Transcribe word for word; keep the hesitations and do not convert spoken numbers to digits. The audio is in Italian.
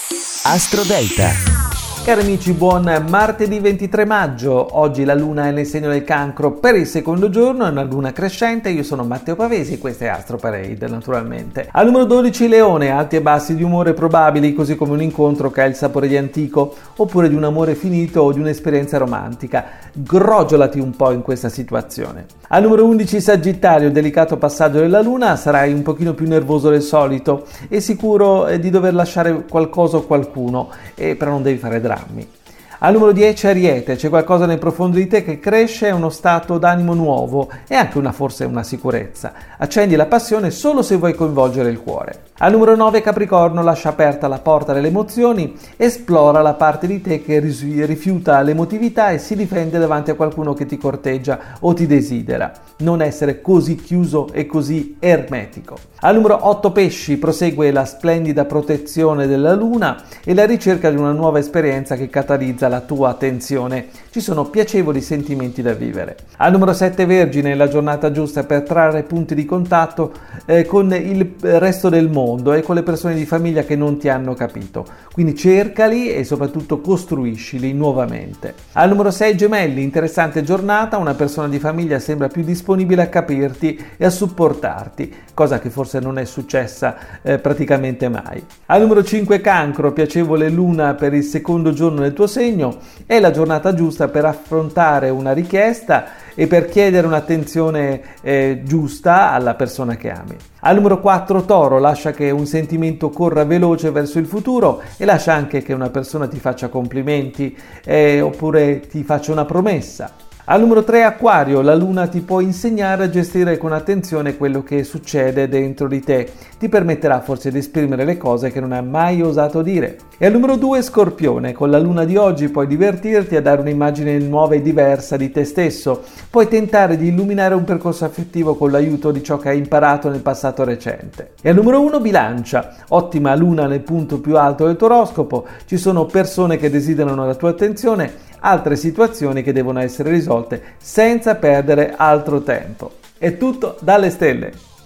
Astro Delta. Cari amici, buon martedì ventitré maggio. Oggi la luna è nel segno del Cancro per il secondo giorno, è una luna crescente. Io sono Matteo Pavesi e questa è Astro Parade, naturalmente. Al numero dodici Leone, alti e bassi di umore probabili, così come un incontro che ha il sapore di antico, oppure di un amore finito o di un'esperienza romantica. Grogiolati un po' in questa situazione. Al numero undici Sagittario, delicato passaggio della luna, sarai un pochino più nervoso del solito e sicuro di dover lasciare qualcosa o qualcuno, e però non devi fare drammi. Al numero dieci Ariete, c'è qualcosa nel profondo di te che cresce, è uno stato d'animo nuovo e anche una forse una sicurezza. Accendi la passione solo se vuoi coinvolgere il cuore. Al numero nove Capricorno, lascia aperta la porta delle emozioni, esplora la parte di te che rifiuta l'emotività e si difende davanti a qualcuno che ti corteggia o ti desidera. Non essere così chiuso e così ermetico. Al numero otto Pesci, prosegue la splendida protezione della luna e la ricerca di una nuova esperienza che catalizza la tua attenzione. Ci sono piacevoli sentimenti da vivere. Al numero sette Vergine, la giornata giusta per trarre punti di contatto eh, con il resto del mondo e con le persone di famiglia che non ti hanno capito. Quindi cercali e soprattutto costruiscili nuovamente. Al numero sei Gemelli, interessante giornata, una persona di famiglia sembra più disponibile a capirti e a supportarti, cosa che forse non è successa eh, praticamente mai. Al numero cinque Cancro, piacevole luna per il secondo giorno del tuo segno, è la giornata giusta per affrontare una richiesta e per chiedere un'attenzione eh, giusta alla persona che ami. Al numero quattro Toro, lascia che un sentimento corra veloce verso il futuro e lascia anche che una persona ti faccia complimenti eh, oppure ti faccia una promessa. Al numero tre Acquario, la luna ti può insegnare a gestire con attenzione quello che succede dentro di te, ti permetterà forse di esprimere le cose che non hai mai osato dire. E al numero due Scorpione, con la luna di oggi puoi divertirti a dare un'immagine nuova e diversa di te stesso, puoi tentare di illuminare un percorso affettivo con l'aiuto di ciò che hai imparato nel passato recente. E al numero uno Bilancia, ottima luna nel punto più alto del tuo oroscopo, ci sono persone che desiderano la tua attenzione, altre situazioni che devono essere risolte senza perdere altro tempo. È tutto dalle stelle.